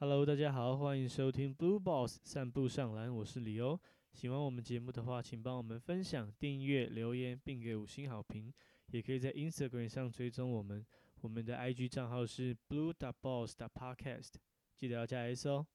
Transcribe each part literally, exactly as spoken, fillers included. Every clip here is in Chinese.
Hello，大家好，欢迎收听 Blue Boss 散步上篮，我是李欧。喜欢我们节目的话，请帮我们分享、订阅、留言，并给五星好评。也可以在 Instagram 上追踪我们，我们的 I G 账号是 blue dot boss dot podcast，记得要加 S 哦。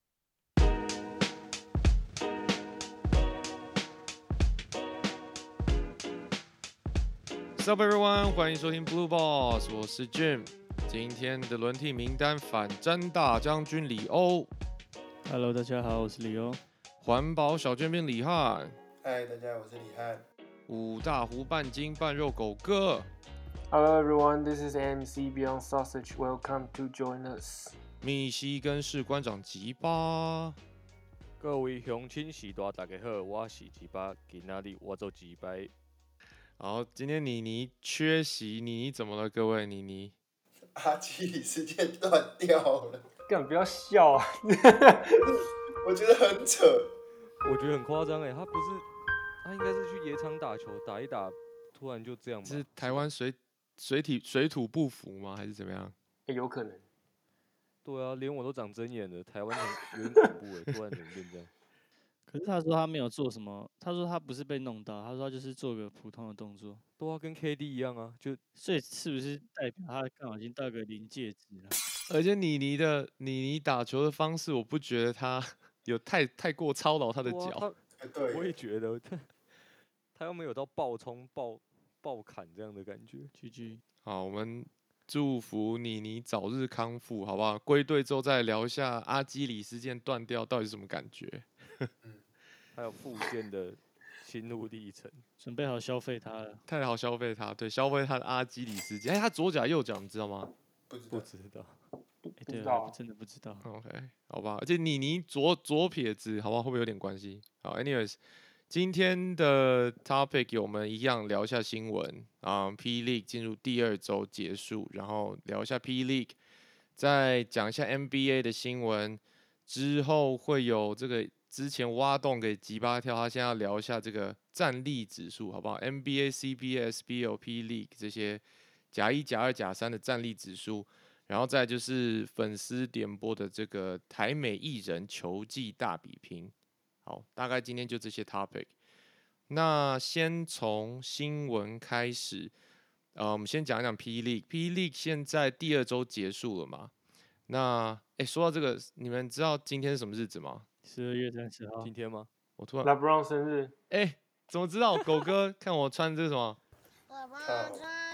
Sup everyone，欢迎收听 Blue Boss， 我是 Jim。今天的轮替名单反战大将军李欧， Hello，大家好，我是李欧。 环保小尖兵李汉， 嗨，大家好，我是李汉。 五大湖半斤半肉狗哥， Hello everyone, this is M C Beyond Sausage. Welcome to join us. 密西根市馆长吉巴。 各位乡亲时代大家好，我是吉巴，今仔日我做吉巴。 好，今天妮妮缺席，妮妮怎么了？各位，妮妮， 阿基里斯腱断掉了， 干不要笑啊！ 我觉得很扯。 我觉得很夸张哎，他不是，他应该是去野场打球，打一打，突然就这样吧？ 是台湾水水体水土不服吗？还是怎么样？ 欸、有可能。 对啊，连我都长针眼了，台湾很有点恐怖哎，突然怎么变这样？ 可是他说他没有做什么，他说他不是被弄到，他说他就是做个普通的动作， 对啊，跟 K D 一样啊，就所以是不是代表他刚好已经到个临界值了？ 而且妮妮的妮妮打球的方式，我不觉得她有太太过操劳她的对啊脚。 哎对， 我也觉得，他又没有到爆冲、爆爆砍这样的感觉。 G G， 好，我们祝福妮妮早日康复，好不好？归队之后再聊一下阿基里斯腱断掉到底是什么感觉。 还有复健的心路历程。 准备好消费他了。 太好消费他，对，消费他的阿基里斯腱。哎、他左脚右脚，你知道吗不知道不知道， 不哎、对啊， 知道啊。 真的不知道。 ？OK，好吧。而且妮妮左左撇子，好不好？会不会有点关系？好，anyways，今天的 topic 我们一样聊一下新闻啊、P League 进入第二周结束，然后聊一下 P League，再讲一下 N B A 的新闻，之后会有这个之前挖洞给吉巴跳，他现在要聊一下这个战力指数，好不好？N B A、C B A、S B L、P League 这些甲一、甲二、甲三的战力指数，然后再就是粉丝点播的这个台美艺人球技大比拼。好，大概今天就这些 topic。那先从新闻开始，呃，我们先讲一讲 P League。P League 现在第二周结束了嘛？那哎，说到这个，你们知道今天是什么日子吗？ 十二月三十号今，天吗？ 我突然 LeBron 生日， 哎，怎么知道？狗哥，看我穿这个什么靠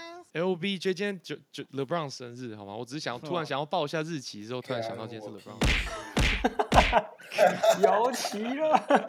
L B J，今天就就 LeBron 生日，好吗？我只是想要突然想要报一下日期，之后突然想到今天是 LeBron。 摇旗了。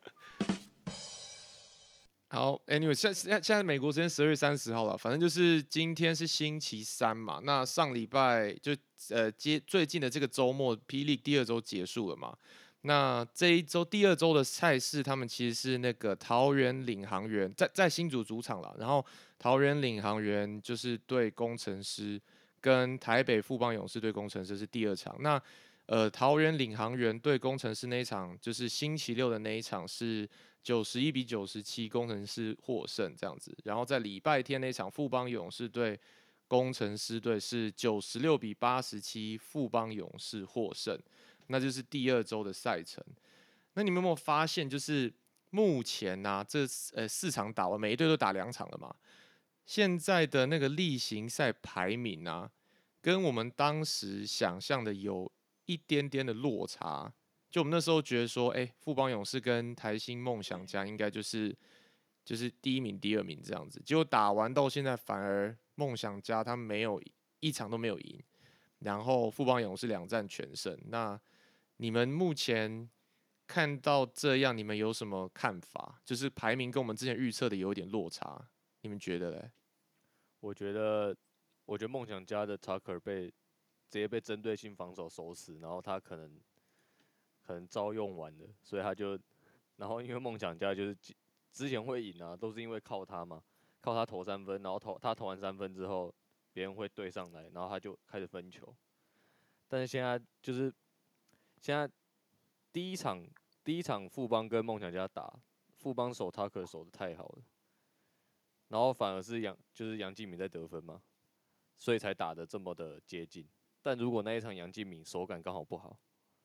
好，Anyway，现在现在现在美国时间十二月三十号了，反正就是今天是星期三嘛。那上礼拜就呃接最近的这个周末霹雳第二周结束了嘛。那这一周第二周的赛事，他们其实是那个桃园领航员在在新竹主场了，然后桃园领航员就是对工程师，跟台北富邦勇士对工程师是第二场。那呃，桃园领航员对工程师那一场，就是星期六的那一场是九十一比九十七，工程师获胜这样子。然后在礼拜天那一场，富邦勇士对工程师队是九十六比八十七，富邦勇士获胜。那就是第二周的赛程。那你们有没有发现，就是目前呢、啊，这呃四场打完，每一队都打两场了嘛？现在的那个例行赛排名啊，跟我们当时想象的有一点点的落差。就我们那时候觉得说，哎、富邦勇士跟台新梦想家应该就是就是第一名、第二名这样子。结果打完到现在，反而梦想家他没有一场都没有赢，然后富邦勇士两战全胜。那你们目前看到这样，你们有什么看法？就是排名跟我们之前预测的有一点落差，你们觉得嘞？ 我觉得，我觉得梦想家的 Tucker 被直接被针对性防守守死，然后他可能可能招用完了，所以他就，然后因为梦想家就是之前会赢啊，都是因为靠他嘛，靠他投三分，然后投他投完三分之后，别人会对上来，然后他就开始分球。但是现在就是现在第一场第一场富邦跟梦想家打，富邦守 Tucker 守的太好了，然后反而是杨就是杨敬敏在得分嘛，所以才打得这么的接近。但如果那一场杨敬敏手感刚好不好，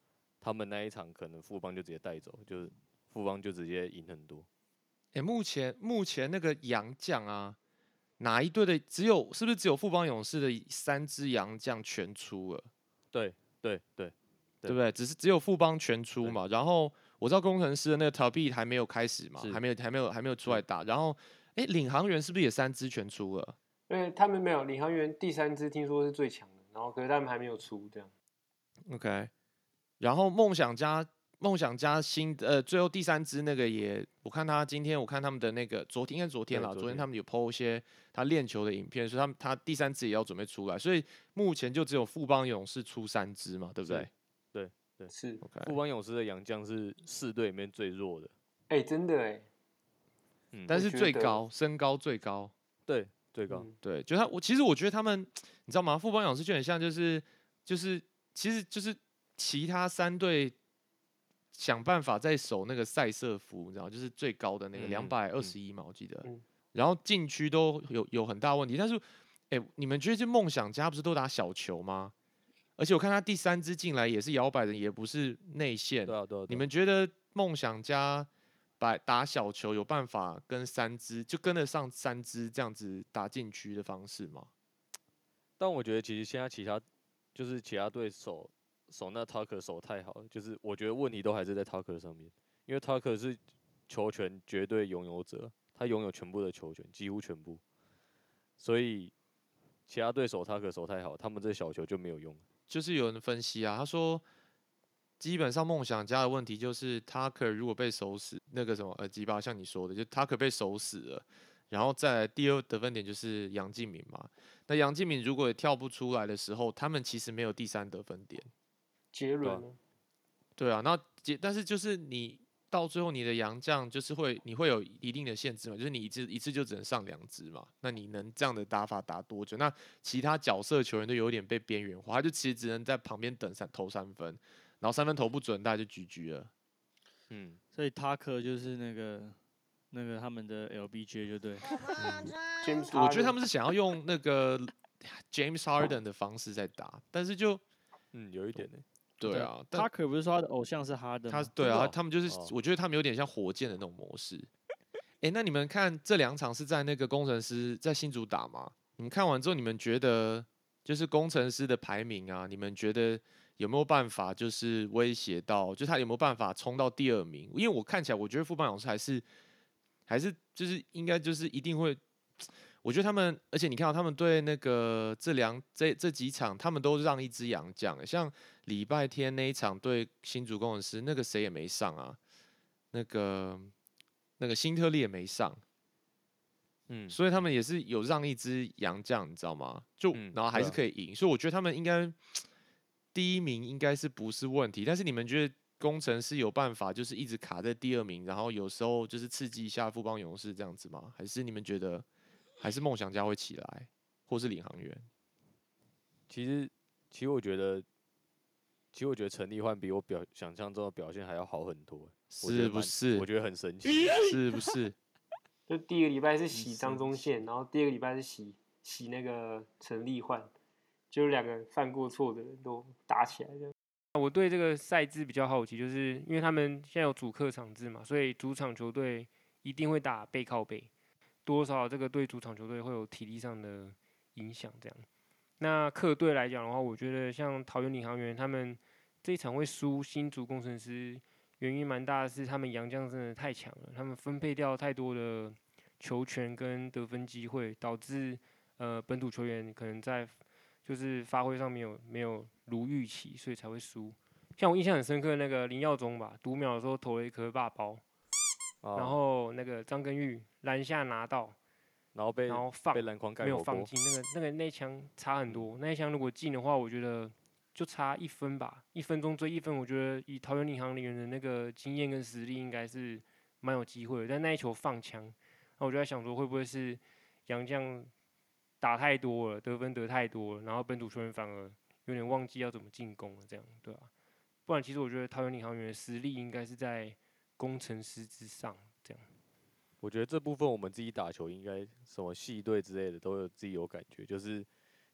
他们那一场可能富邦就直接带走，就是富邦就直接赢很多。 哎、目前目前那个洋将啊，哪一队的只有是不是只有富邦勇士的三支洋将全出了？ 对对对对不对？只是只有富邦全出对嘛。然后我知道工程师的那个 t a b 还没有开始嘛， 是还没有还没有还没有出来打。然后哎、领航员是不是也三支全出了？ 因为他们没有领航员第三支听说是最强的，然后可是他们还没有出这样。 OK，然后梦想家梦想家新呃最后第三支那个也，我看他今天我看他们的那个昨天应该是昨天啦， 对昨天昨天他们有 po 一些他练球的影片，所以他们他第三支也要准备出来，所以目前就只有富邦勇士出三支嘛，对不对对对， 是， ？OK， 富邦勇士的洋将是四队里面最弱的， 哎、真的哎， 嗯， 但是我觉得最高身高最高， 对最高， 嗯对，就他我其实我觉得他们你知道吗？富邦勇士就很像就是就是其实就是其他三队。想办法在守那个塞瑟夫，你知道，就是最高的那个嗯两百二十一嘛，我记得。 嗯然后禁区都有有很大问题，但是，哎、你们觉得这梦想家不是都打小球吗？而且我看他第三支进来也是摇摆的，也不是内线。 对啊对啊，对啊你们觉得梦想家把打小球有办法跟三支就跟得上三支这样子打禁区的方式吗？ 但我觉得其实现在其他就是其他队手守那 Tucker 守太好了，就是我觉得问题都还是在 Tucker 上面，因为 Tucker 是球权绝对拥有者，他拥有全部的球权，几乎全部，所以其他队守 Tucker 守太好，他们这小球就没有用。 就是有人分析啊，他说基本上梦想家的问题就是 Tucker 如果被守死，那个什么呃吉巴像你说的，就 Tucker 被守死了，然后再来第二得分点就是杨敬敏嘛。那杨敬敏如果也跳不出来的时候，他们其实没有第三得分点。 杰伦呢？ 对啊，那结但是就是你到最后你的洋将就是会你会有一定的限制嘛，就是你一次一次就只能上两支嘛，那你能这样的打法打多久？那其他角色球员都有点被边缘化，他就其实只能在旁边等三投三分，然后三分投不准，大家就 G G 了。 嗯， 所以塔克就是那个那个他们的 L B J 就对。 James 我觉得他 Harden 们是想要用那个 James Harden 的方式在打，但是就嗯，有一点呢、 对啊，但塔克不是说他的偶像是哈登吗？ 他对啊， 真的哦他们就是、 哦我觉得他们有点像火箭的那种模式。哎、那你们看这两场是在那个工程师在新竹打吗？你们看完之后，你们觉得就是工程师的排名啊，你们觉得有没有办法就是威胁到，就他有没有办法冲到第二名？因为我看起来，我觉得富邦勇士还是还是就是应该就是一定会。我觉得他们，而且你看到他们对那个这两这这几场，他们都让一支洋将欸，像礼拜天那一场对新竹工程师，那个谁也没上啊，那个那个辛特利也没上， 嗯， 所以他们也是有让一支洋将，你知道吗？就嗯然后还是对啊可以赢，所以我觉得他们应该第一名应该是不是问题，但是你们觉得工程师有办法就是一直卡在第二名，然后有时候就是刺激一下富邦勇士这样子吗？还是你们觉得还是梦想家会起来，或是领航员？ 其实其实我觉得，其实我觉得陈立焕比我表想象中的表现还要好很多，我觉是得蛮不是我？觉得很神奇。 是不是？ 就第一个礼拜是洗是张宗宪，然后第二个礼拜是洗洗那个陈立焕，就是两个犯过错的人都打起来这样。我对这个赛制比较好奇，就是因为他们现在有主客场制嘛，所以主场球队一定会打背靠背，多少这个对主场球队会有体力上的影响这样。那客队来讲的话，我觉得像桃园领航员他们这一场会输新竹工程师，原因蛮大的是他们洋将真的太强了，他们分配掉太多的球权跟得分机会，导致呃本土球员可能在就是发挥上没有没有如预期，所以才会输。像我印象很深刻的那个林耀宗吧，读秒的时候投了一颗霸包， 啊然后那个张根玉篮下拿到， 然后被然后放被篮筐盖没有火锅， 放进，那个那个那一枪差很多，那一枪如果进的话，我觉得就差一分吧，一分钟追一分，我觉得以桃园领航员的那个经验跟实力，应该是蛮有机会的。但那一球放枪，那我就在想说，会不会是杨将打太多了，得分得太多了，然后本土球员反而有点忘记要怎么进攻了，这样对吧、不然其实我觉得桃园领航员的实力应该是在工程师之上，这样。 我觉得这部分我们自己打球应该什么系队之类的都有自己有感觉，就是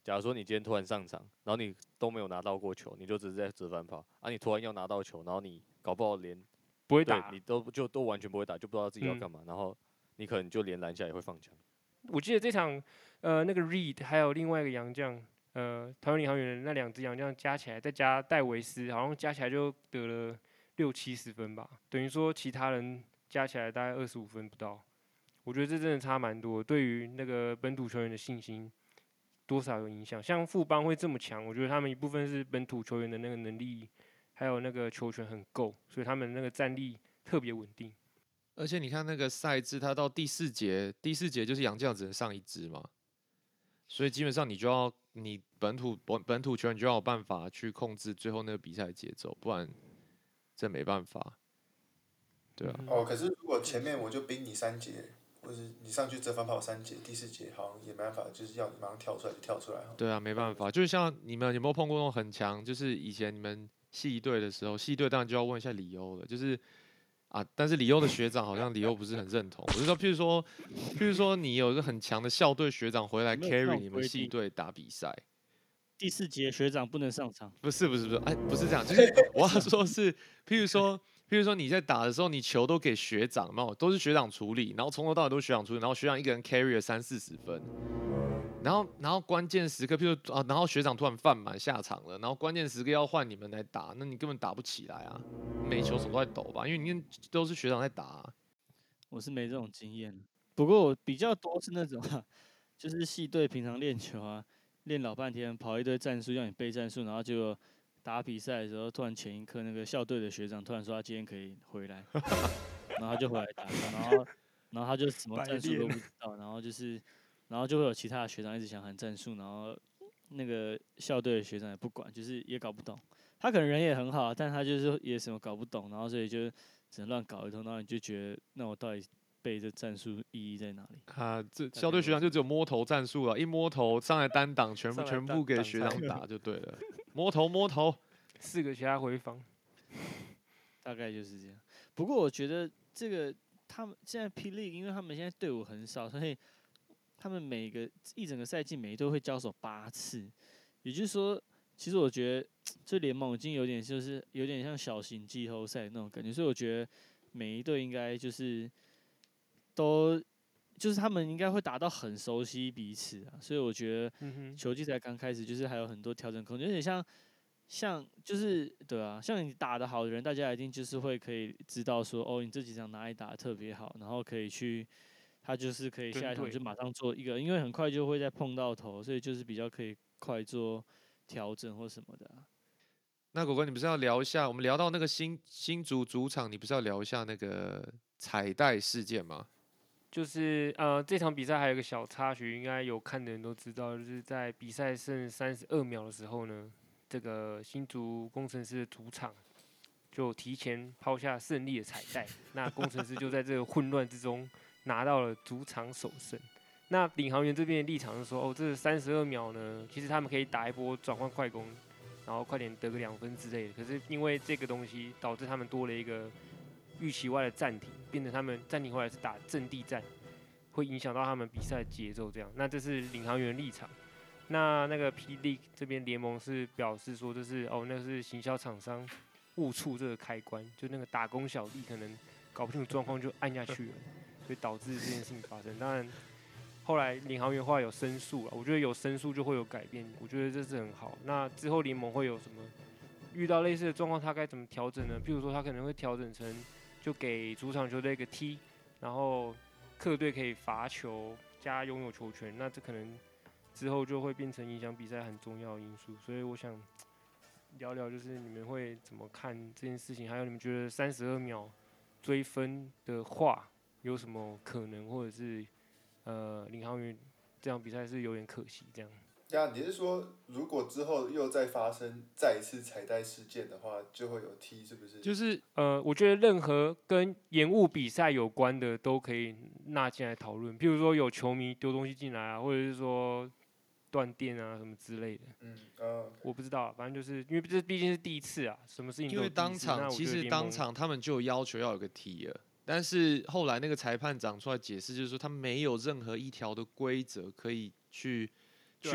假如说你今天突然上场，然后你都没有拿到过球，你就只是在折返跑，啊，你突然要拿到球，然后你搞不好连对不会打。 你都就都完全不会打，就不知道自己要嗯干嘛，然后你可能就连篮下也会放枪。 我记得这场，呃，那个 Reed 还有另外一个洋将，呃，台湾领航员的那两只洋将加起来，再加戴维斯，好像加起来就得了六七十分吧，等于说其他人加起来大概二十五分不到。我觉得这真的差蛮多，对于那个本土球员的信心多少有影响。像富邦会这么强，我觉得他们一部分是本土球员的那个能力，还有那个球权很够，所以他们那个战力特别稳定。 而且你看那个赛制，它到第四节，第四节就是洋将只能上一支嘛，所以基本上你就要你本土本本土球员就要有办法去控制最后那个比赛节奏，不然这没办法。对啊， 嗯哦，可是如果前面我就逼你三节，或是你上去折返跑三节，第四节好像也没办法，就是要你马上跳出来就跳出来哈。 对啊，没办法，就是像你们有没有碰过那种很强，就是以前你们系队的时候，系队当然就要问一下李欧了，就是啊，但是李欧的学长好像李欧不是很认同。我是说，譬如说，譬如说你有一个很强的校队学长回来有没有这 carry 种你们规定系队打比赛， 第四节学长不能上场， 不是不是不是，哎，不是这样，就是我要说是，譬如说，譬如说你在打的时候，你球都给学长嘛，都是学长处理，然后从头到尾都是学长处理，然后学长一个人 carry 了三四十分，然后然后关键时刻，譬如啊，然后学长突然犯满下场了，然后关键时刻要换你们来打，那你根本打不起来啊，每球手都在抖吧，因为你都是学长在打啊。 我是没这种经验。不过我比较多是那种啊，就是系队平常练球啊，练老半天，跑一堆战术，让你背战术，然后结果打比赛的时候，突然前一刻那个校队的学长突然说他今天可以回来，然后他就回来打，然后然后他就什么白战术都练不知道，然后就是然后就会有其他的学长一直想喊战术，然后那个校队的学长也不管，就是也搞不懂。他可能人也很好，但他就是也什么搞不懂，然后所以就只能乱搞一通，然后你就觉得那我到底背这战术意义在哪里？ 啊，这大校队概会是学长就只有摸头战术了，一摸头上来单挡，全部上来全挡挡部给学长拆打就对了，摸头摸头。 四个其他回防， 大概就是这样。不过我觉得这个他们现在霹雳，因为他们现在队伍很少，所以他们每个一整个赛季每一队会交手八次，也就是说，其实我觉得这联盟已经有点就是有点像小型季后赛那种感觉，所以我觉得每一队应该就是都就是他们应该会打到很熟悉彼此啊，所以我觉得嗯哼， 球季才刚开始，就是还有很多调整空间，有点像像就是对啊，像你打得好的人，大家一定就是会可以知道说，哦，你这几场哪里打得特别好，然后可以去，他就是可以跟对下一场就马上做一个，因为很快就会再碰到头，所以就是比较可以快做调整或什么的啊。 那狗哥，你不是要聊一下？我们聊到那个新新竹主场，你不是要聊一下那个彩带事件吗？ 就是呃这场比赛还有一个小插曲，应该有看的人都知道，就是在比赛剩三十二秒的时候呢，这个新竹工程师的主场就提前抛下胜利的彩带，那工程师就在这个混乱之中拿到了主场首胜。那领航员这边的立场是说，哦，这三十二秒呢，其实他们可以打一波转换快攻，然后快点得个两分之类的。可是因为这个东西导致他们多了一个预期外的暂停，变成他们暂停回来是打阵地战，会影响到他们比赛节奏。这样，那这是领航员立场。那那个霹雳这边联盟是表示说，这是哦，那是行销厂商误触这个开关，就那个打工小弟可能搞不清楚状况就按下去了，所以导致这件事情发生。当然，后来领航员后来有申诉了，我觉得有申诉就会有改变，我觉得这是很好。那之后联盟会有什么遇到类似的状况，他该怎么调整呢？譬如说，他可能会调整成就给主场球队一个 T， 然后客队可以罚球加拥有球权，那这可能之后就会变成影响比赛很重要的因素。所以我想聊聊，就是你们会怎么看这件事情，还有你们觉得三十二秒追分的话有什么可能，或者是呃领航员这场比赛是有点可惜这样。 呀，你是说如果之后又再发生再一次彩带事件的话，就会有 T 是不是？ 就是呃，我觉得任何跟延误比赛有关的都可以纳进来讨论，譬如说有球迷丢东西进来啊，或者是说断电啊什么之类的。 嗯呃， 我不知道，反正就是因为这毕竟是第一次啊，什么事情都因为当有第一次那场其我觉得联盟实当场他们就要求要有个 T 了，但是后来那个裁判长出来解释，就是说他没有任何一条的规则可以去、 对啊去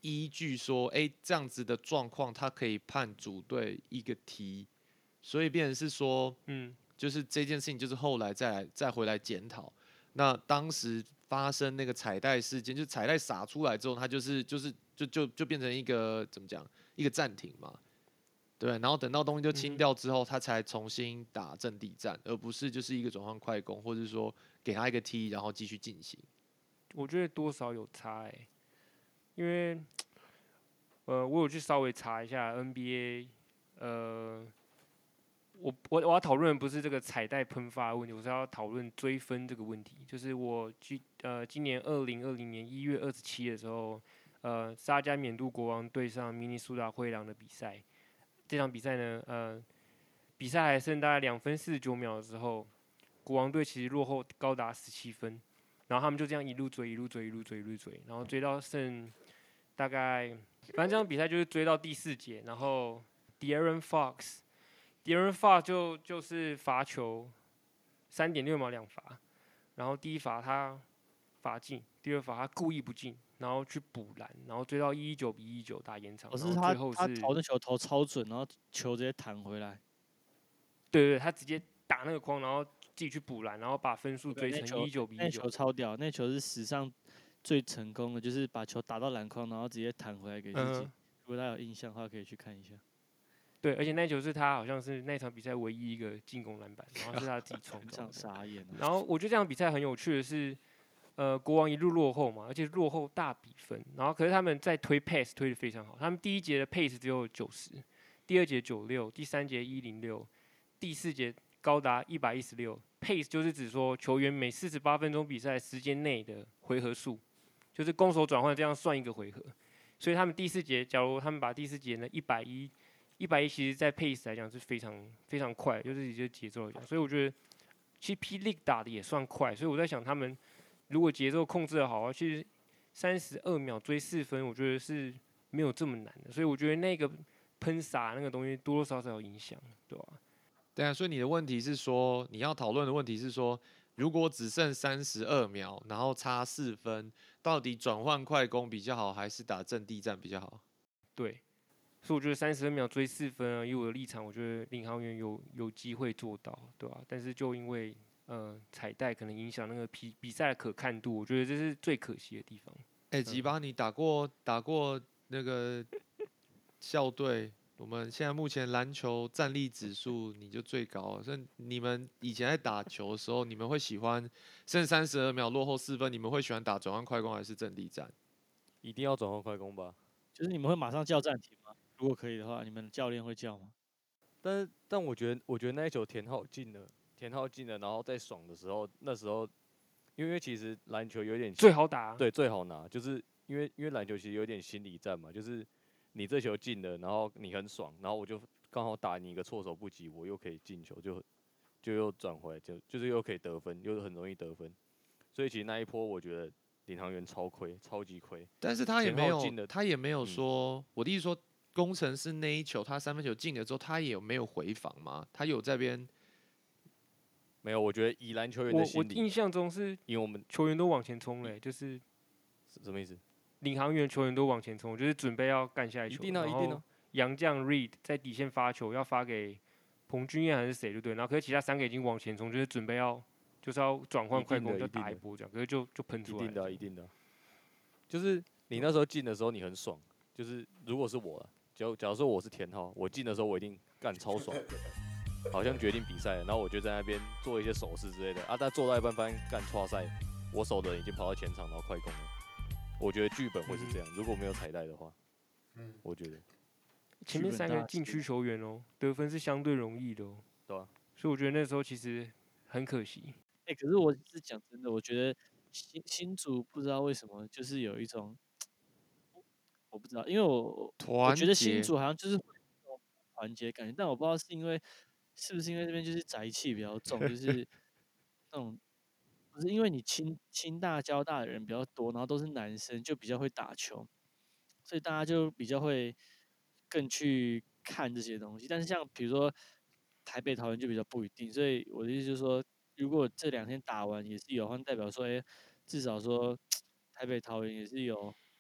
依据说，哎、这样子的状况，他可以判主队一个 T，所以变成是说， 嗯， 就是这件事情，就是后来再来再回来检讨。那当时发生那个彩带事件，就彩带撒出来之后，它就是就是就就就变成一个怎么讲，一个暂停嘛，对。然后等到东西就清嗯哼掉之后，他才重新打阵地战，而不是就是一个转换快攻，或者说给他一个 T，然后继续进行。 我觉得多少有差哎、因为呃，我有去稍微查一下 N B A，呃，我我我要讨论的不是这个彩带喷发的问题，我是要讨论追分这个问题。就是我今呃今年二零二零年一月二十七的时候，呃，沙加缅度国王对上明尼苏达灰狼的比赛，这场比赛呢，呃，比赛还剩大概两分四十九秒的时候，国王队其实落后高达十七分，然后他们就这样一路追，一路追，一路追，一路追，然后追到剩大概，反正这场比赛就是追到第四节，然后 De'Aaron Fox，De'Aaron Fox 就就是罚球三点六秒两罚，然后第一罚他罚进，第二罚他故意不进，然后去补篮，然后追到一一九比一一九打延长，然后可是他最后是， 他投那球投超准，然后球直接弹回来， 对对，他直接打那个框，然后自己去补篮，然后把分数追那球成一九比那一九球。超屌，那球是史上最成功的，就是把球打到篮筐，然后直接弹回来给自己。 嗯， 如果大家有印象的话，可以去看一下。 对，而且那球是他好像是那场比赛唯一一个进攻篮板，然后是他自己创造上的。 傻眼啊！ 然后我觉得这场比赛很有趣的是，呃，国王一路落后嘛，而且落后大比分，然后可是他们在推 pace 推的非常好，他们第一节的 pace 只有九十，第二节九六，第三节一零六，第四节高达一百一十六。pace 就是指说球员每四十八分钟比赛时间内的回合数，就是攻守转换这样算一个回合。所以他们第四节，假如他们把第四节呢一百一，一百一其实在 pace 来讲是非常非常快，就是一些节奏来讲，所以我觉得其实 P League 打的也算快，所以我在想他们如果节奏控制的好，其实三十二秒追四分，我觉得是没有这么难的，所以我觉得那个喷洒那个东西多多少少有影响，对吧、 对啊，所以你的问题是说，你要讨论的问题是说，如果只剩三十二秒，然后差四分，到底转换快攻比较好，还是打阵地战比较好？ 对，所以我觉得三十二秒追四分啊，以我的立场，我觉得领航员有有机会做到，对吧、但是就因为呃彩带可能影响那个比比赛的可看度，我觉得这是最可惜的地方。 哎、吉巴，你打过打过那个校队？我们现在目前篮球战力指数你就最高了，所以你们以前在打球的时候，你们会喜欢剩三十二秒落后四分，你们会喜欢打转换快攻还是阵地战？ 一定要转换快攻吧。 就是你们会马上叫暂停吗？如果可以的话，你们教练会叫吗？ 但是但我觉得我觉得那一球田浩进了，田浩进了，然后在爽的时候，那时候因为其实篮球有点最好打啊、 对最好拿，就是因为因为篮球其实有点心理战嘛，就是你这球进了，然后你很爽，然后我就刚好打你一个措手不及，我又可以进球，就就又转回来，就就是又可以得分，又很容易得分。所以其实那一波我觉得领航员超亏，超级亏。 但是他也田没有浩进了， 他也没有嗯说，我的意思说，工程师那一球他三分球进了之后，他也有没有回防吗？他有在边没有，我觉得以篮球员我的心理， 我印象中是因为我们球员都往前冲嘞、就是什么意思？ 领航员球员都往前冲，就是准备要干下一球。 一定啊， 然后一定啊。 杨将 Reed 在底线发球，要发给彭君彦还是谁，对不对？然后可是其他三个已经往前冲，就是准备要就是要转换一定快攻，就的一定的打一波这样，可是就就喷一出来了。 定的啊，一定的啊。就是你那时候进的时候，你很爽。就是如果是我啊，假如假如说我是田浩，我进的时候我一定干超爽，好像决定比赛了。然后我就在那边做一些手势之类的啊，但做到一半发现干错赛，我守的人已经跑到前场，然后快攻了。我觉得剧本会是这样，如果没有彩带的话， 嗯， 我觉得前面三个剧本大师禁区球员哦，得分是相对容易的哦。 对啊。 所以我觉得那时候其实很可惜。 哎、可是我是讲真的，我觉得新新竹不知道为什么就是有一种，我不知道，因为我我团觉得新结？ 竹好像就是会有那种团结感觉，但我不知道是因为是不是因为这边就是宅气比较重，就是那种不是因为你清清大交大的人比较多，然后都是男生，就比较会打球，所以大家就比较会更去看这些东西。但是像比如说台北桃园就比较不一定，所以我的意思就是说，如果这两天打完也是有，那代表说，哎、至少说台北桃园也是有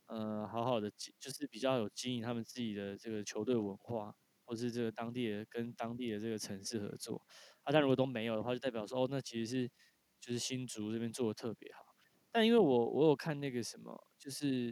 呃好好的，就是比较有经营他们自己的这个球队文化，或是这个当地的跟当地的这个城市合作。啊，但如果都没有的话，就代表说哦，那其实是就是新竹这边做的特别好。但因为我我有看那个什么，就是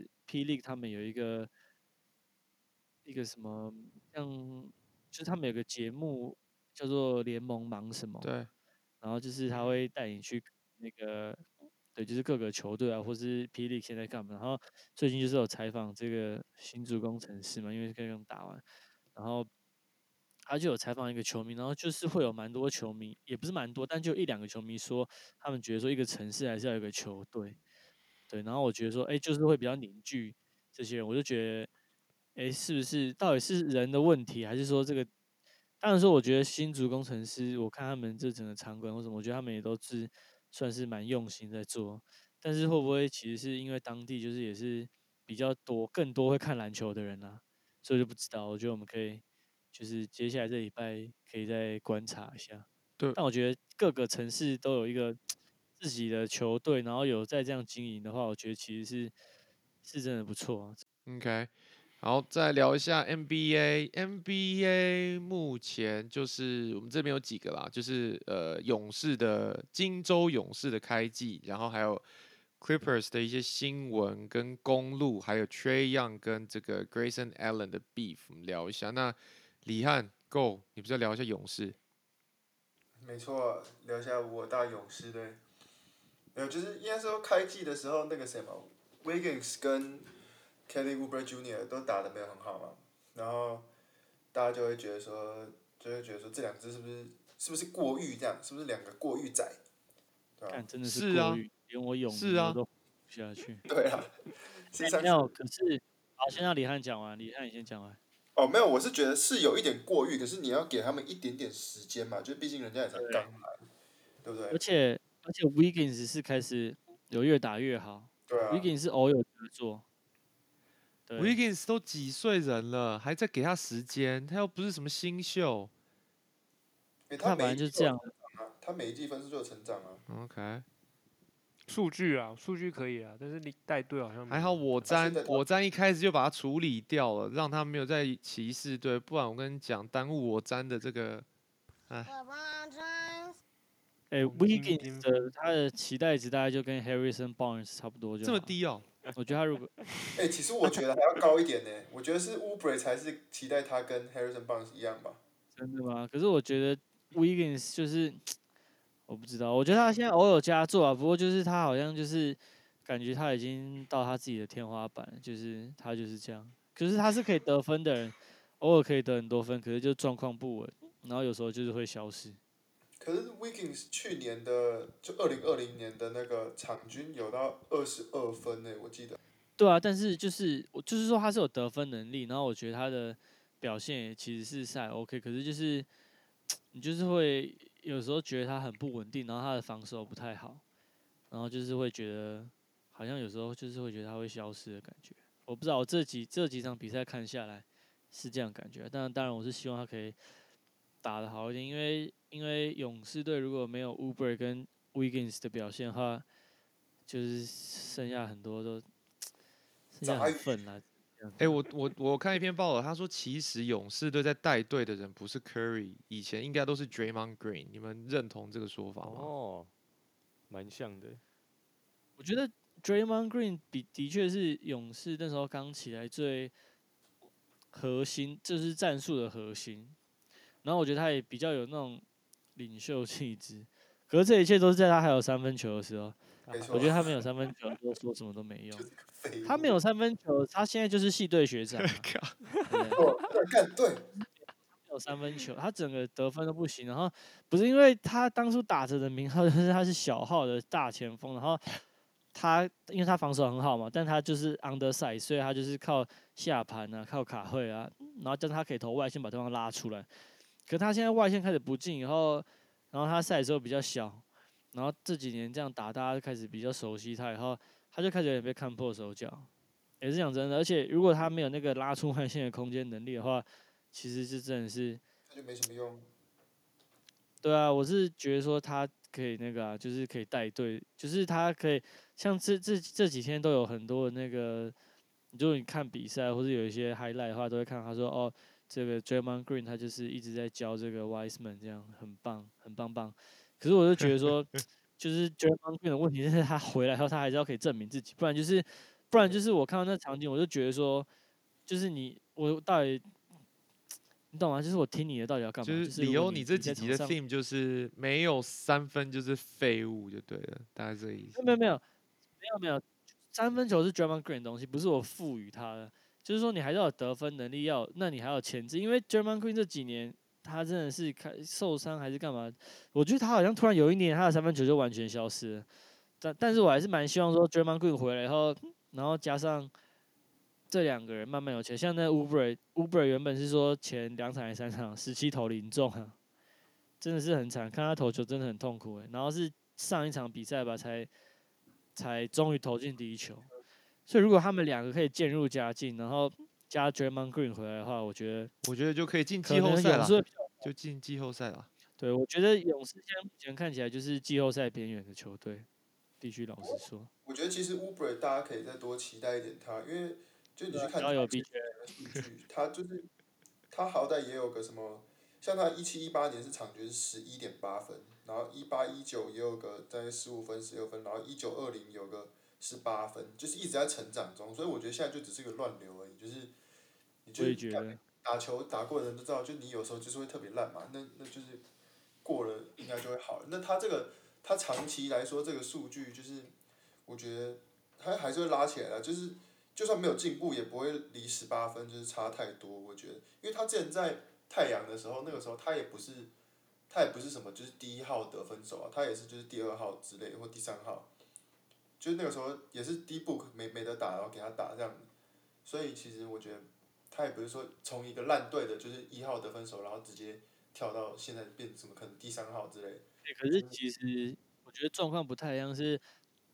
P League 他们有一个一个什么，像就是他们有个节目叫做联盟忙什么， 对， 然后就是他会带你去那个，对，就是各个球队啊，或是霹雳现在干嘛。然后最近就是有采访这个新竹工程师嘛，因为刚刚打完，然后他就有采访一个球迷，然后就是会有蛮多球迷，也不是蛮多，但就一两个球迷说，他们觉得说一个城市还是要有一个球队，对，然后我觉得说，哎，就是会比较凝聚这些人，我就觉得。哎，是不是到底是人的问题，还是说这个？当然说，我觉得新竹工程师，我看他们这整个场馆或什么，我觉得他们也都是算是蛮用心在做。但是会不会其实是因为当地就是也是比较多更多会看篮球的人啊，所以就不知道。我觉得我们可以就是接下来这礼拜可以再观察一下。 对但我觉得各个城市都有一个自己的球队，然后有在这样经营的话，我觉得其实是是真的不错啊。 ，OK。好，再聊一下 N B A。N B A 目前就是我们这边有几个啦，就是呃勇士的金州勇士的开季，然后还有 Clippers 的一些新闻跟公路，还有 Trey Young 跟这个 Grayson Allen 的 beef，我们聊一下。那李翰 Go，你不是要聊一下勇士？ 没错，聊一下我大勇士队。没有，就是应该说开季的时候，那个谁嘛，Wiggins 跟 Kelly Oubre Junior 都打得没有很好嘛，然后大家就会觉得说，就会觉得说这两支是不是是不是过誉这样，是不是两个过誉仔，对吧？ 看真的是是啊， 过誉，连我泳是啊， 迷我都活不下去。 对啊，实际上是没有，可是好，先让李翰讲完，李翰你先讲完。 哦，没有，我是觉得是有一点过誉，可是你要给他们一点点时间嘛，就毕竟人家也才刚来，对不而对？ 且而且 Wiggins 是开始有越打越好对啊， ，Wiggins 是偶有得做，对， Wiggins 都几岁人了，还在给他时间，他又不是什么新秀。 因为他本每一季都有来就是这样， 成长啊，他每一季分数就有成长啊。 OK， 数据啊，数据可以啊，但是你带队好像没还好有我詹他现在我詹一开始就把他处理掉了，让他没有在骑士队，不然我跟你讲，耽误我詹的这个，哎， 哎黄金 ，Wiggins 巅的他的期待值大概就跟 Harrison Barnes 差不多就这么好。 低哦。 我觉得他如果哎、其实我觉得还要高一点呢。我觉得是 Oubre 才是期待他跟 Harrison Barnes 一样吧。 真的吗？可是我觉得 Wiggins 就是我不知道，我觉得他现在偶有佳作啊，不过就是他好像就是感觉他已经到他自己的天花板，就是他就是这样。可是他是可以得分的人，偶尔可以得很多分，可是就状况不稳，然后有时候就是会消失。 可是 Wiggins 去年的就二零二零年的那个场均有到二十二分呢，我记得。 对啊，但是就是我就是说他是有得分能力，然后我觉得他的表现也其实是是还 OK，可是就是你就是会有时候觉得他很不稳定，然后他的防守不太好，然后就是会觉得好像有时候就是会觉得他会消失的感觉。我不知道我这几这几场比赛看下来是这样感觉，但当然我是希望他可以打得好一点，因为因为勇士队如果没有 Oubre 跟 Wiggins 的表现的话，就是剩下很多都剩下杂鱼很愤啦。 哎、我我我看一篇报道，他说其实勇士队在带队的人不是 Curry，以前应该都是 Draymond Green，你们认同这个说法吗？ 哦，蛮像的。 我觉得 Draymond Green 比的确是勇士那时候刚起来最核心，就是战术的核心。然后我觉得他也比较有那种领袖气质。可是这一切都是在他还有三分球的时候。 没错我觉得他没有三分球，说说什么都没用就。是个废物。 他没有三分球，他现在就是系队学长、啊，对不对？ 哦，对，看对， 没有三分球，他整个得分都不行。然后不是因为他当初打着的名号就是他是小号的大前锋，然后他因为他防守很好嘛，但他就是 underside，所以他就是靠下盘啊，靠卡会啊，然后加上他可以投外线把对方拉出来。可他现在外线开始不进以后，然后他赛的时候比较小，然后这几年这样打，大家就开始比较熟悉他以后，他就开始有点被看破手脚。也是讲真的，而且如果他没有那个拉出外线的空间能力的话，其实是真的是， 那就没什么用。 对啊，我是觉得说他可以那个啊，就是可以带队，就是他可以像这这这几天都有很多的那个如果你看比赛或者有一些 highlight 的话，都会看到他说哦，这个 Draymond Green 他就是一直在教这个 Wiseman， 这样很棒，很棒棒。可是我就觉得说，就是 Draymond Green 的问题是他回来后，他还是要可以证明自己，不然就是不然就是我看到那场景，我就觉得说，就是你我到底。你懂吗？就是我听你的到底要干嘛？ 就是理由， 就是如果你你这几集的你在场上 theme 就是没有三分就是废物就对了，大概这个意思。 没有没有没有没有，三分球是 Draymond Green 的东西，不是我赋予他的。就是说你还是要有得分能力，要有那你还要有前置，因为 Draymond Green 这几年他真的是开受伤还是干嘛？我觉得他好像突然有一年他的三分球就完全消失了。但但是我还是蛮希望说 Draymond Green 回来以后，然后加上这两个人慢慢有钱，像那 Oubre，Oubre 原本是说前两场还是三场十七投零中啊，真的是很惨，看他投球真的很痛苦哎。然后是上一场比赛吧，才才终于投进第一球。所以如果他们两个可以渐入佳境，然后加 Draymond Green 回来的话，我觉得我觉得就可以进可季后赛了能勇士，会比较就进季后赛了。 对，我觉得勇士现在目前看起来就是季后赛边缘的球队，必须老实说。 我觉得其实 Oubre 大家可以再多期待一点他，因为就你去看他只要有 B 前 J， 的数据，他就是他好歹也有个什么，像他一七一八年是场均十一点八分，然后一八一九也有个大概十五分十六分，然后一九二零有个十八分，就是一直在成长中，所以我觉得现在就只是个乱流而已，就是你就我也觉得。 打球打过的人都知道，就你有时候就是会特别烂嘛，那那就是过了应该就会好了。那他这个他长期来说这个数据就是我觉得他还是会拉起来的，就是就算没有进步，也不会离十八分就是差太多。我觉得，因为他之前在太阳的时候，那个时候他也不是他也不是什么就是第一号得分手啊，他也是就是第二号之类的或第三号，就是那个时候也是 D book 没没得打，然后给他打这样，所以其实我觉得他也不是说从一个烂队的就是一号得分手，然后直接跳到现在变什么可能第三号之类的。 欸可是其实我觉得状况不太一样，是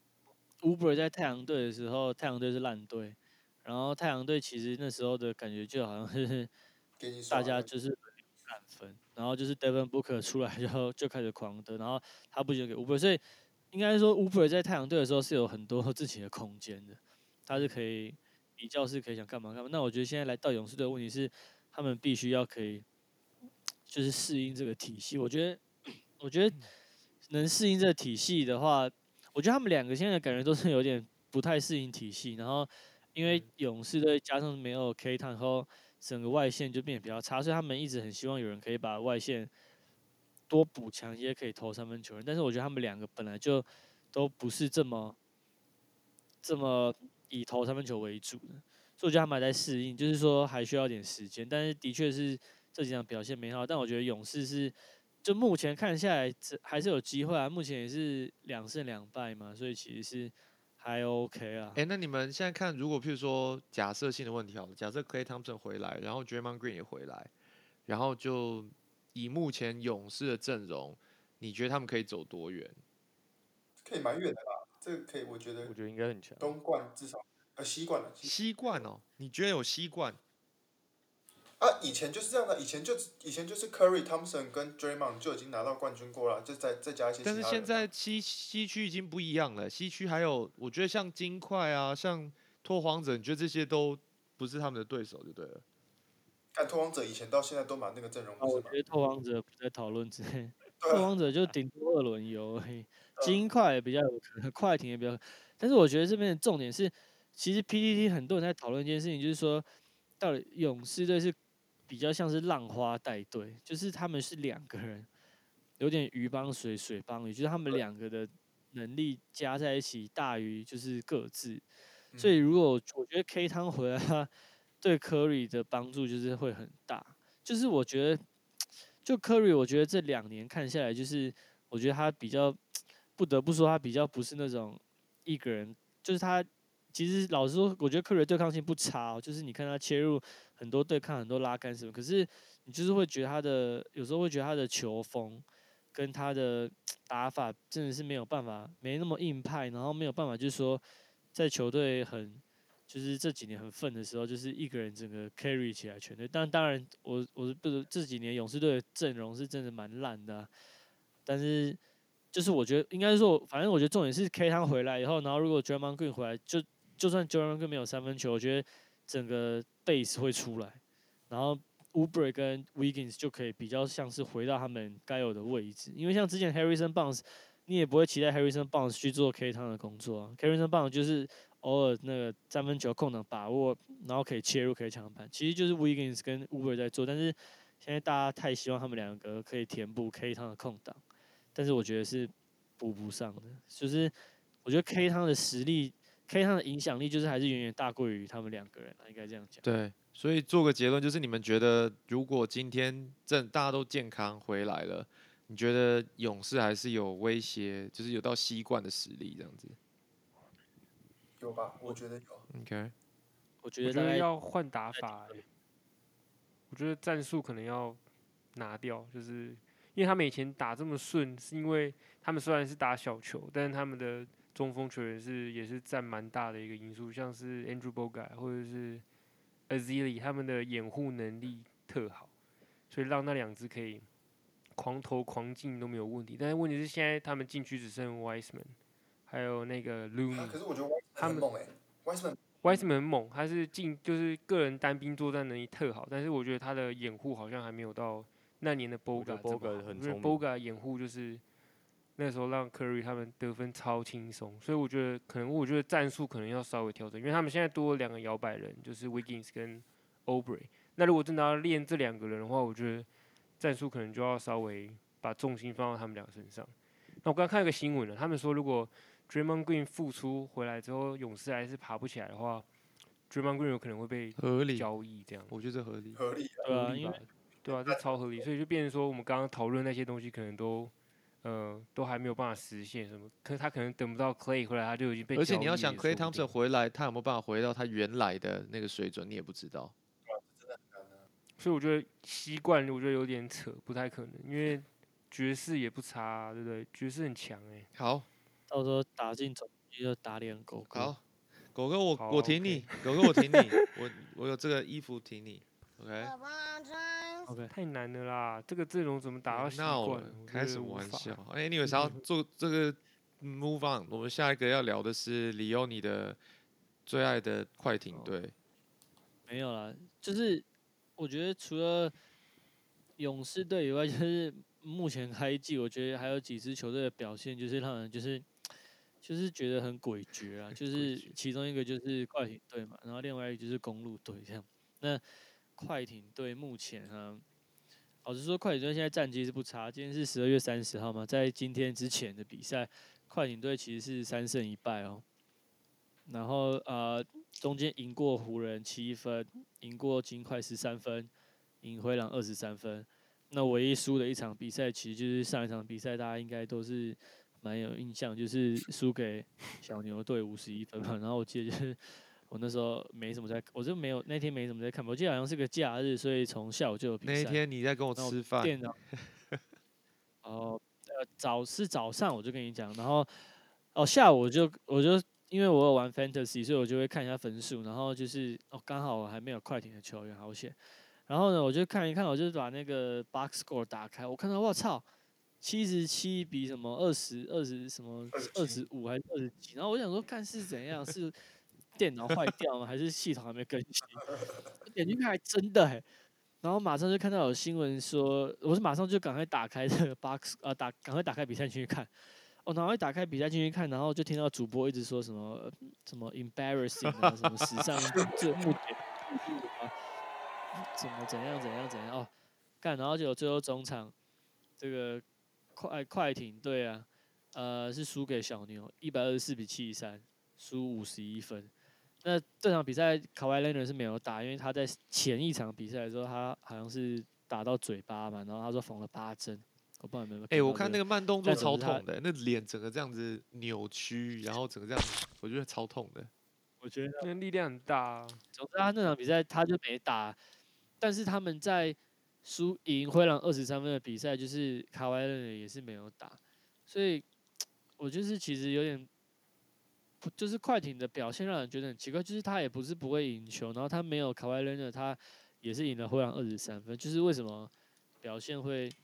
Uber 在太阳队的时候，太阳队是烂队，然后太阳队其实那时候的感觉就好像是大家就是烂分，然后就是 Devin Booker 出来之后就开始狂得，然后他不仅给 Uber，所以应该说 Uber 在太阳队的时候是有很多自己的空间的，他是可以比较是可以想干嘛干嘛。那我觉得现在来到勇士队的问题是，他们必须要可以就是适应这个体系。我觉得，我觉得能适应这个体系的话，我觉得他们两个现在感觉都是有点不太适应体系。然后因为勇士队加上没有 K 探后，整个外线就变得比较差，所以他们一直很希望有人可以把外线多补强一些可以投三分球人。但是我觉得他们两个本来就都不是这么这么以投三分球为主的，所以我觉得他们还在适应，就是说还需要点时间。但是的确是这几场表现没好，但我觉得勇士是就目前看下来还是有机会啊，目前也是两胜两败嘛，所以其实是还 OK 啊。 哎、欸，那你们现在看，如果譬如说假设性的问题好了，假设 Klay Thompson 回来，然后 Draymond Green 也回来，然后就以目前勇士的阵容，你觉得他们可以走多远？ 可以蛮远的吧，这个可以，我觉得。 我觉得应该很强。 东冠至少呃西冠了。 西冠哦，你觉得有西冠？ 啊，以前就是这样的，以前就以前就是 Curry、Thompson 跟 Draymond 就已经拿到冠军过了，就再再加一些其他人。 但是现在西西区已经不一样了，西区还有我觉得像金块啊，像拓荒者，你觉得这些都不是他们的对手就对了。 看拓荒者以前到现在都把那个阵容啊， 不是吗？ 我觉得拓荒者不在讨论之内， 对啊， 拓荒者就顶多二轮游而已，金块也比较有可能，快艇也比较，但是我觉得这边的重点是，其实 P T T 很多人在讨论一件事情，就是说，到底勇士队是比较像是浪花带队，就是他们是两个人，有点鱼帮水，水帮鱼，就是他们两个的能力加在一起大于就是各自，所以如果我觉得 K 汤回来，他对 Curry 的帮助就是会很大，就是我觉得。就 Curry， 我觉得这两年看下来，就是我觉得他比较不得不说，他比较不是那种一个人，就是他其实老实说，我觉得 Curry 的对抗性不差、哦，就是你看他切入很多对抗、很多拉杆什么，可是你就是会觉得他的有时候会觉得他的球风跟他的打法真的是没有办法，没那么硬派，然后没有办法就是说在球队很。就是这几年很愤的时候，就是一个人整个 carry 起来全队。但当然我，我我不是这几年勇士队的阵容是真的蛮烂的、啊，但是就是我觉得应该说，反正我觉得重点是 K 汤回来以后，然后如果 Draymond Green 回来，就就算 Jordan 跟没有三分球，我觉得整个 base 会出来，然后 Oubre 跟 Wiggins 就可以比较像是回到他们该有的位置，因为像之前 Harrison Barnes， 你也不会期待 Harrison Barnes 去做 K 汤的工作啊 ，Harrison Barnes 就是偶尔那个三分球空档把握，然后可以切入可以抢盘，其实就是 Wiggins 跟 Oubre 在做，但是现在大家太希望他们两个可以填补 K 汤的空档，但是我觉得是补不上的，就是我觉得 K 汤的实力。K 汤的影响力就是还是远远大过于他们两个人，应该这样讲。 对，所以做个结论就是，你们觉得如果今天正大家都健康回来了，你觉得勇士还是有威胁，就是有到西冠的实力这样子有吧？我觉得有。 ？OK， 我觉我觉得得大概要换打法、欸，我觉得战术可能要拿掉，就是因为他们以前打这么顺，是因为他们虽然是打小球，但是他们的中锋球员是也是占蛮大的一个因素，像是 Andrew Bogut 或者是 Azili， 他们的掩护能力特好，所以让那两支可以狂投狂进都没有问题。但是问题是现在他们禁区只剩 Wiseman， 还有那个 Looney，、 啊、可是我觉得 Wiseman 他们很猛哎、欸、，Wiseman Wiseman 很猛，他是进就是个人单兵作战能力特好，但是我觉得他的掩护好像还没有到那年的 Bogut 这么好。 Bogut 很因为聪明 Bogut 掩护就是那时候让 Curry 他们得分超轻松，所以我觉得可能我觉得战术可能要稍微调整，因为他们现在多了两个摇摆人，就是 Wiggins 跟 Oubre。那如果真的要练这两个人的话，我觉得战术可能就要稍微把重心放到他们两个身上。那我刚刚看一个新闻了，他们说如果 Draymond Green 复出回来之后，勇士还是爬不起来的话 ，Draymond Green 有可能会被合理， 交易这样。 我觉得这合理。 合理啊。 对啊，因为合理吧？对啊，这超合理，所以就变成说我们刚刚讨论那些东西，可能都呃都还没有办法实现什么，可是他可能等不到 Clay 回来，他就已经被而且交易了你要想也说 Klay 不 Thompson 定回来，他有没有办法回到他原来的那个水准，你也不知道。 所以我觉得习惯，我觉得有点扯，不太可能，因为爵士也不差、啊，对不对？爵士很强哎、 好， 到时候打进总局就打脸狗狗。 好，狗哥我好我挺 OK 你，狗哥我挺你，我我有这个衣服挺你，OK。 ，OK， 太难了啦，这个阵容怎么打到习别闹惯了？ 我觉开什么得无法玩笑？哎，anyways，要做这个 move on，我们下一个要聊的是里欧你的最爱的快艇队。 没有啦，就是我觉得除了勇士队以外，就是目前开季，我觉得还有几支球队的表现，就是让人就是就是觉得很诡谲啊。就是其中一个就是快艇队嘛，然后另外一个就是公路队这样。那快艇队目前啊，老实说，快艇队现在战绩是不差。今天是十二月三十号嘛，在今天之前的比赛，快艇队其实是三胜一败哦。然后呃，中间赢过湖人七分，赢过金块十三分，赢灰狼二十三分。那唯一输的一场比赛，其实就是上一场比赛，大家应该都是蛮有印象，就是输给小牛队五十一分嘛。然后我记得就是我那时候没什么在，我就没有那天没什么在看，我记得好像是个假日，所以从下午就有比赛。 那一天你在跟我然后吃饭， 电脑，哦，呃，早是早上我就跟你讲，然后哦下午我就我就因为我有玩 Fantasy，所以我就会看一下分数，然后就是哦刚好我还没有快艇的球员，好险。然后呢，我就看一看，我就把那个 box score 打开，我看到我操，七十七比什么二十二十什么二十五还是二十几，然后我想说看是怎样，是电脑坏掉吗？还是系统还没更新？我点进去还真的哎、然后马上就看到有新闻说，我是马上就赶快打开这个 box 啊，打赶快打开比赛进去看。哦，然后一打开比赛进去看，然后就听到主播一直说什么呃什么 embarrassing 啊，什么史上最目前啊，怎么怎样怎样怎样哦，干，然后就最后中场这个快快艇队啊，呃是输给小牛一百二十四比七十三，输五十一分。那这场比赛卡瓦莱 r 是没有打，因为他在前一场比赛的时候，他好像是打到嘴巴嘛，然后他说缝了八针，我不知道有没有。 哎、我看那个慢动作但总之他超痛的、那脸整个这样子扭曲，然后整个这样子，我觉得超痛的。 我觉得， 那力量很大、啊。 总之他那场比赛他就没打，但是他们在输赢灰狼二十三分的比赛，就是卡瓦莱 r 也是没有打，所以我就是其实有点。就是快艇的表现让人觉得很奇怪，就是他也不是不会赢球，然后他没有卡瓦莱 r 他也是赢了灰狼二十三分，就是为什么表现会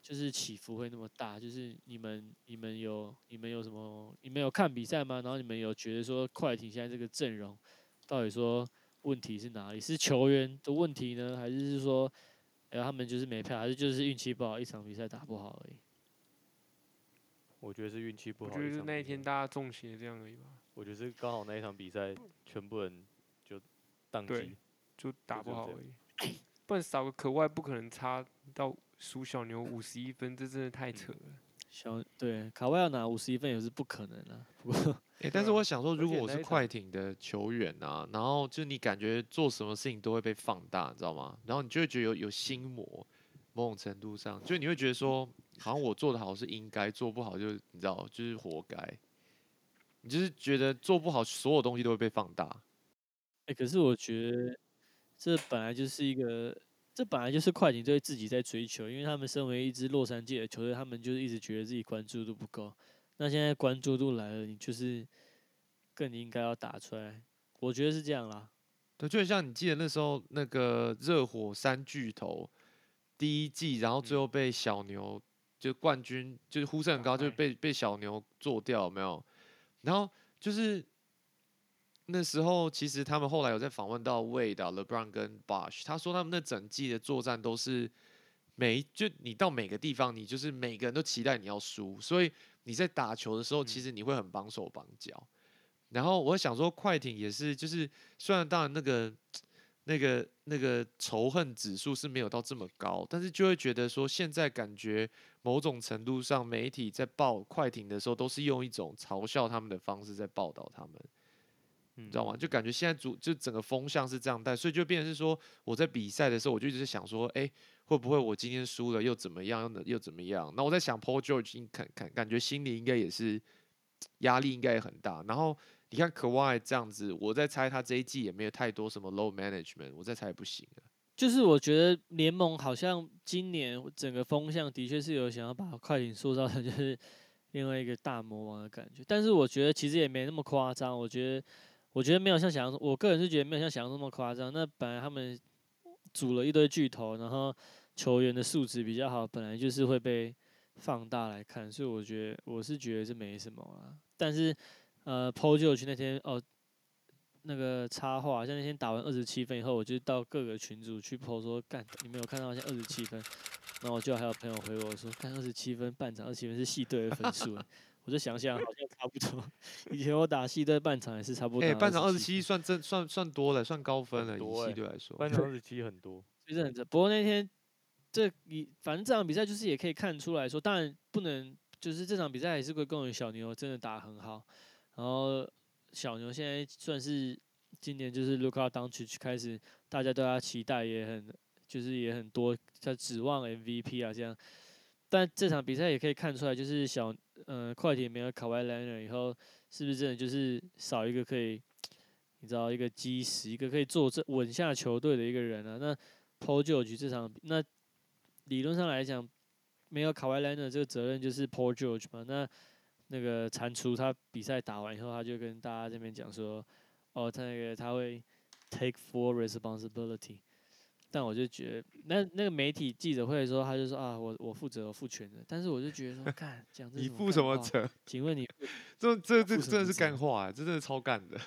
就是起伏会那么大？就是你们你们有你们有什么？你们有看比赛吗？然后你们有觉得说快艇现在这个阵容到底说问题是哪里？是球员的问题呢，还是是说，哎、他们就是没票，还是就是运气不好，一场比赛打不好而已？ 我觉得是运气不好。 我觉得是那一一天大家中邪这样而已吧。 我觉得是刚好那一场比赛全部人就宕对机， 就打就只有这不好而已。不然少个可外不可能差到输小牛五十一分，这真的太扯了。 小对卡外要拿五十一分也是不可能啊。不过哎、但是我想说， 而如果我是且那一场快艇的球员啊，然后就你感觉做什么事情都会被放大，你知道吗？然后你就会觉得有有心魔，某种程度上，就你会觉得说，好像我做的好是应该，做不好就你知道，就是活该。你就是觉得做不好，所有东西都会被放大。 哎、可是我觉得这本来就是一个，这本来就是快艇队自己在追求，因为他们身为一支洛杉矶的球队，他们就是一直觉得自己关注度不够。那现在关注度来了，你就是更应该要打出来。我觉得是这样啦。 对，就很像你记得那时候那个热火三巨头第一季，然后最后被小牛就冠军就是呼声很高，就是打败被被小牛做掉，有没有？然后就是那时候，其实他们后来有在访问到 Wade 啊、LeBron 跟 Bosh，他说他们那整季的作战都是每一就你到每个地方，你就是每个人都期待你要输，所以你在打球的时候，其嗯实你会很绑手绑脚。然后我想说，快艇也是，就是虽然当然那个那个那个仇恨指数是没有到这么高，但是就会觉得说，现在感觉某种程度上，媒体在报快艇的时候，都是用一种嘲笑他们的方式在报道他们。 你你知道吗？就感觉现在主就整个风向是这样带，所以就变成是说，我在比赛的时候，我就一直在想说，哎、会不会我今天输了又怎么样，又能又怎么样？那我在想，Paul George 应感感感觉心里应该也是压力应该也很大。然后你看 Kawhi 这样子，我在猜他这一季也没有太多什么 low management，我在猜也不行了。 就是我觉得联盟好像今年整个风向的确是有想要把快艇塑造成就是另外一个大魔王的感觉，但是我觉得其实也没那么夸张。我觉得，我觉得没有像想象中，我个人是觉得没有像想象中那么夸张。那本来他们组了一堆巨头，然后球员的素质比较好，本来就是会被放大来看，所以我觉得我是觉得这没什么啦。但是呃，Paul George 那天哦，那个插话，像那天打完二十七分以后，我就到各个群组去 po 说，干，你们有看到现在二十七分？然后我就还有朋友回我说，干二十七分半场，二十七分是系队的分数欸。我就想想，好像差不多。以前我打系队半场也是差不多哎、 打半场二十十七分， 七算真算算多了，算高分了，以很多欸系队来说。 班长二十七很多， 其实很正。不过那天这你反正这场比赛就是也可以看出来说，当然不能就是这场比赛也是归功于小牛真的打得很好，然后小牛现在算是今年就是 Luka Doncic 开始大家对他期待也很就是也很多，在指望 M V P 啊这样。但这场比赛也可以看出来，就是小呃快艇没有卡外 Leonard 以后，是不是真的就是少一个可以你知道一个基石，一个可以坐镇稳下球队的一个人啊？那 Paul George 这场，那理论上来讲，没有卡外 Leonard 这个责任就是 Paul George 嘛？那那个蟾蜍他比赛打完以后，他就跟大家这边讲说，哦，他那个他会 take full responsibility。但我就觉得，那那个媒体记者会的时候，他就说啊，我我负责，我负全责。但是我就觉得说，干讲这什么你负干话？ 什么责？ 请问你这这这负什么真的是干责？ 话、欸，这真的超干的。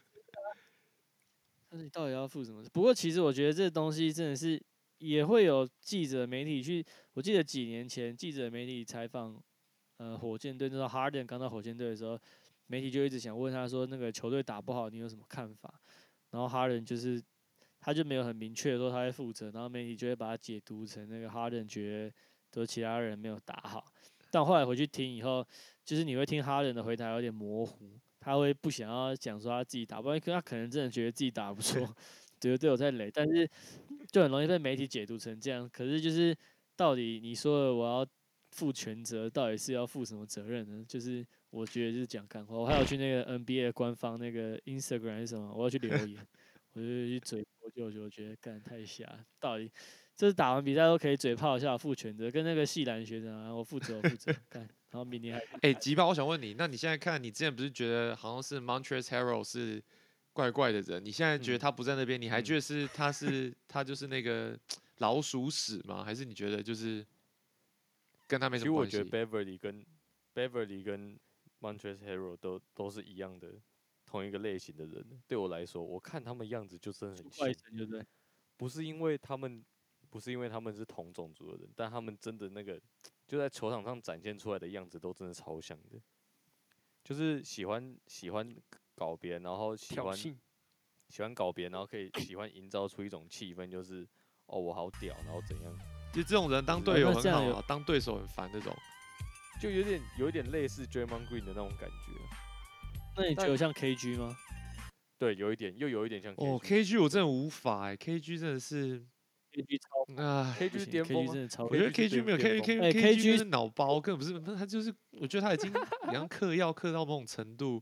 但是你到底要负什么？不过其实我觉得这东西真的是也会有记者媒体去，我记得几年前记者媒体采访，呃，火箭队那时候 Harden 刚到火箭队的时候，媒体就一直想问他说，那个球队打不好，你有什么看法？然后 Harden 就是他就没有很明确的说他会负责，然后媒体就会把它解读成那个 Harden 觉得都其他人没有打好。但我后来回去听以后，就是你会听 Harden 的回答有点模糊，他会不想要讲说他自己打不好，因为他可能真的觉得自己打得不错，觉得队友在垒，但是就很容易被媒体解读成这样。可是就是到底你说的我要负全责，到底是要负什么责任呢？就是我觉得就是讲干话。我还有去那个 N B A 的官方那个 Instagram 还是什么，我要去留言，我就去嘴破舅舅，我觉得干太瞎，到底。就是打完比赛都可以嘴炮一下，负全责，跟那个系篮学生啊，我负责，我负责，干，然后明年还哎、吉巴，我想问你，那你现在看，你之前不是觉得好像是 Montrezl Harrell 是怪怪的人，你现在觉得嗯他不在那边，你还嗯觉得是他是他就是那个老鼠屎吗？还是你觉得就是跟他没其实我什么关系。 觉得 Beverly 跟 Beverly 跟 Montrezl Harrell 都都是一样的同一个类型的人。对我来说，我看他们样子就真的很外像， 甥对不对？ 不是因为他们不是因为他们是同种族的人，但他们真的那个就在球场上展现出来的样子都真的超像的，就是喜欢喜欢搞别人，然后喜欢挑衅， 喜欢搞别人，然后可以喜欢营造出一种气氛，就是哦我好屌，然后怎样， 就这种人当队哦友那这样有很好啊，当对手很烦那种。 就有点有一点类似 Draymond Green 的那种感觉。 那你觉得像 K G 吗？ 对，有一点，又有一点像 K G。 哦，K G 我真的无法哎，K G 真的是， K G 超唉， K 不 G 是行，K 巅峰 G 啊真的超。 我觉得 K K G G 没有 K 巅峰 K 哎 K K G G 就是脑包，根本不是，他就是，我觉得他已经好像嗑药嗑到某种程度。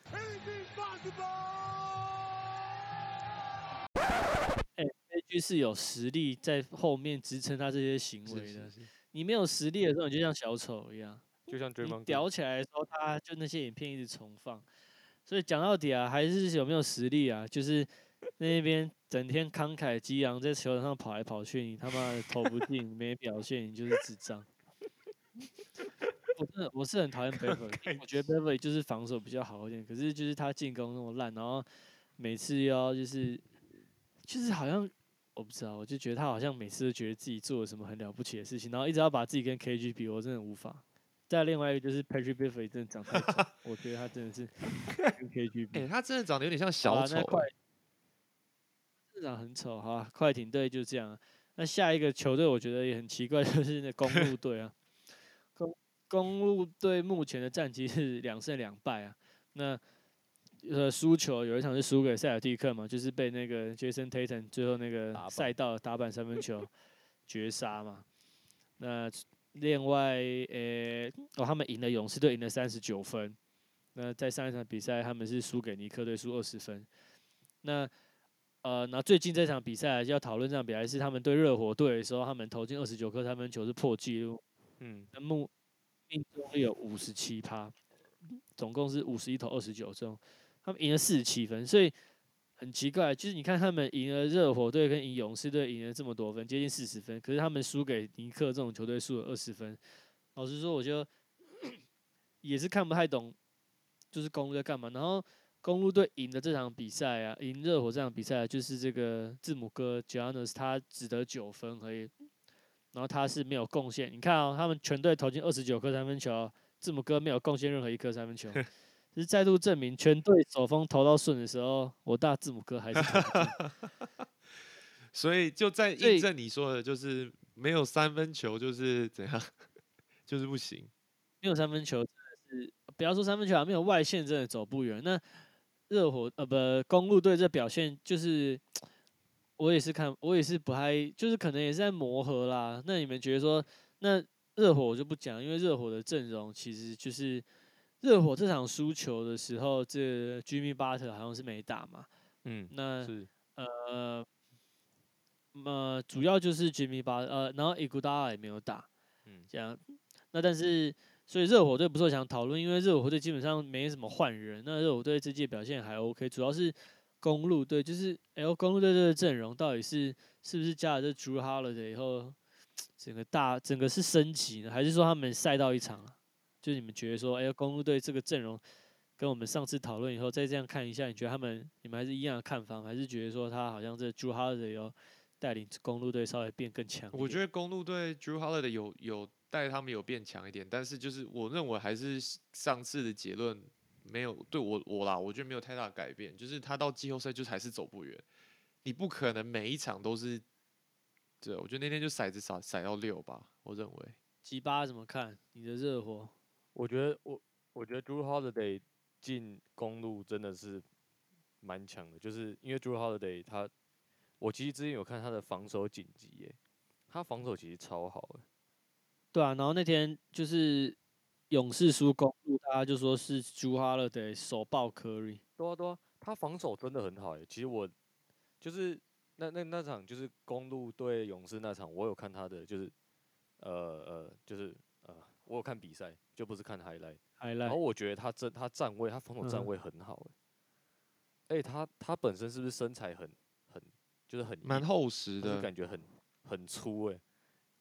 哎，K G 是有实力在后面支撑他这些行是为的。 是是， 你没有实力的时候，你就像小丑一样。 就像你 Draymond Green。 屌起来的时候，他就那些影片一直重放。所以讲到底啊，还是有没有实力啊？就是那边整天慷慨激昂，在球场上跑来跑去，你他妈的投不进，没表现，你就是智障。我真的我是很讨厌 Beverly，我觉得 Beverly 就是防守比较好一点，可是就是他进攻那么烂，然后每次要就是就是好像我不知道，我就觉得他好像每次都觉得自己做了什么很了不起的事情，然后一直要把自己跟 K G 比，我真的无法。再另外一个就是 Patrick Beverly 真的长太丑，我觉得他真的是跟 K G 比。 哎，他真的长得有点像好小丑啦那快欸。 市长很丑，好啊，快艇队就这样啊。那下一个球队我觉得也很奇怪，就是那公路队啊。公公路队目前的战绩是两胜两败啊。那呃输球有一场是输给塞尔蒂克嘛，就是被那个 Jason Tatum 最后那个打板赛道打板三分球绝杀嘛。那另外，呃、哦，他们赢了勇士队，赢了三十九分。那在上一场比赛，他们是输给尼克队，输二十分。那呃，那最近这场比赛要讨论这场比赛是他们对热火队的时候，他们投进二十九颗三分球是破纪录， 嗯， 那目命中率有五十七趴，总共是五十一投二十九中，他们赢了四十七分，所以很奇怪，就是你看他们赢了热火队跟赢勇士队赢了这么多分，接近四十分，可是他们输给尼克这种球队输了二十分。老实说，我就也是看不太懂，就是公路在干嘛。然后公路队赢的这场比赛啊，赢热火这场比赛、啊、就是这个字母哥 Giannis 他只得九分而已，然后他是没有贡献。你看哦，他们全队投进二十九颗三分球，字母哥没有贡献任何一颗三分球，这是再度证明全队手风投到顺的时候，我大字母哥还是投不进。 所以就在所以印证你说的，就是没有三分球就是怎样，就是不行。 没有三分球真的是，不要说三分球啊，没有外线真的走不远。那热火呃不公路队这表现就是，我也是看我也是不太，就是可能也是在磨合啦。那你们觉得说，那热火我就不讲，因为热火的阵容其实就是热火这场输球的时候，这 Jimmy Butler 好像是没打嘛。 嗯， 那是呃呃主要就是 Jimmy Butler，呃然后 Iguodala 也没有打， 嗯这样。那但是，所以热火队不是我想讨论，因为热火队基本上没什么换人。那热火队这届表现还 OK，主要是公路队，就是 L 公路队这个阵容到底是是不是加了这 Drew Holiday 以后，整个大整个是升级呢，还是说他们赛到一场啊？就你们觉得说，哎、公路队这个阵容跟我们上次讨论以后，再这样看一下，你觉得他们你们还是一样的看法吗？还是觉得说他好像这 Drew Holiday 要带领公路队稍微变更强一点？ 我觉得公路队 Drew Holiday 有有带他们有变强一点，但是就是我认为还是上次的结论没有对我我啦，我觉得没有太大的改变，就是他到季后赛就是还是走不远，你不可能每一场都是，对，我觉得那天就骰子骰骰到六吧，我认为。 吉巴怎么看你的热火？ 我觉得我我觉得 Drew Holiday 进公路真的是蛮强的，就是因为 Drew Holiday 他，我其实之前有看他的防守紧急耶，他防守其实超好的。 对啊，然后那天就是勇士输公路，大家就说是朱哈勒的手爆 Curry。 对啊对啊，他防守真的很好耶。其实我就是那那那场就是公路对勇士那场，我有看他的，就是呃呃就是呃我有看比赛，就不是看 highlight。 还来然后我觉得他真他站位，他防守站嗯位很好耶。而且他他本身是不是身材很很就是很硬蛮厚实但是的， 感觉很很粗哎、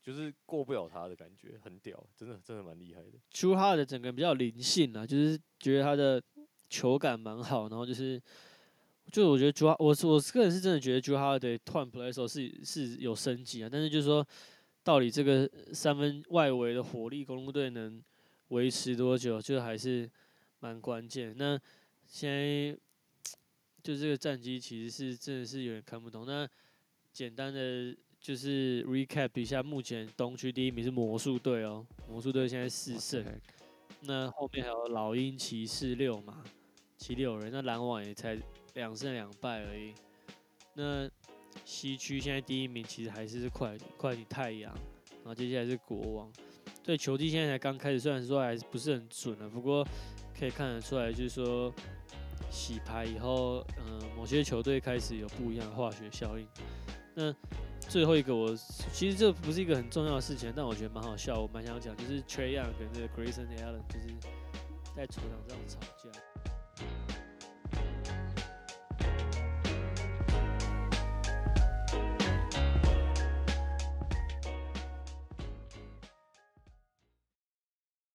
就是过不了他的感觉，很屌，真的真的蛮厉害的。 Jrue Holiday 整个比较灵性啊，就是觉得他的球感蛮好，然后就是就我觉得 Jrue 我我个人是真的觉得 Jrue Holiday 换 play 的时候是是有升级啊，但是就是说到底这个三分外围的火力公路队能维持多久，就还是蛮关键。那现在就这个战绩其实是真的是有点看不懂。那简单的就是 recap 一下，目前东区第一名是魔术队哦，魔术队现在四胜，那后面还有老鹰骑士六嘛，七六人，那篮网也才两胜两败而已。那西区现在第一名其实还是快艇，快艇太阳，然后接下来是国王。对，球季现在才刚开始，虽然说还不是很准啊，不过可以看得出来，就是说洗牌以后，嗯、呃，某些球队开始有不一样的化学效应。那最后一个我，其实这不是一个很重要的事情，但我觉得蛮好笑，我蛮想讲，就是 Trae Young 跟这个 Grayson Allen 就是在球场上吵架。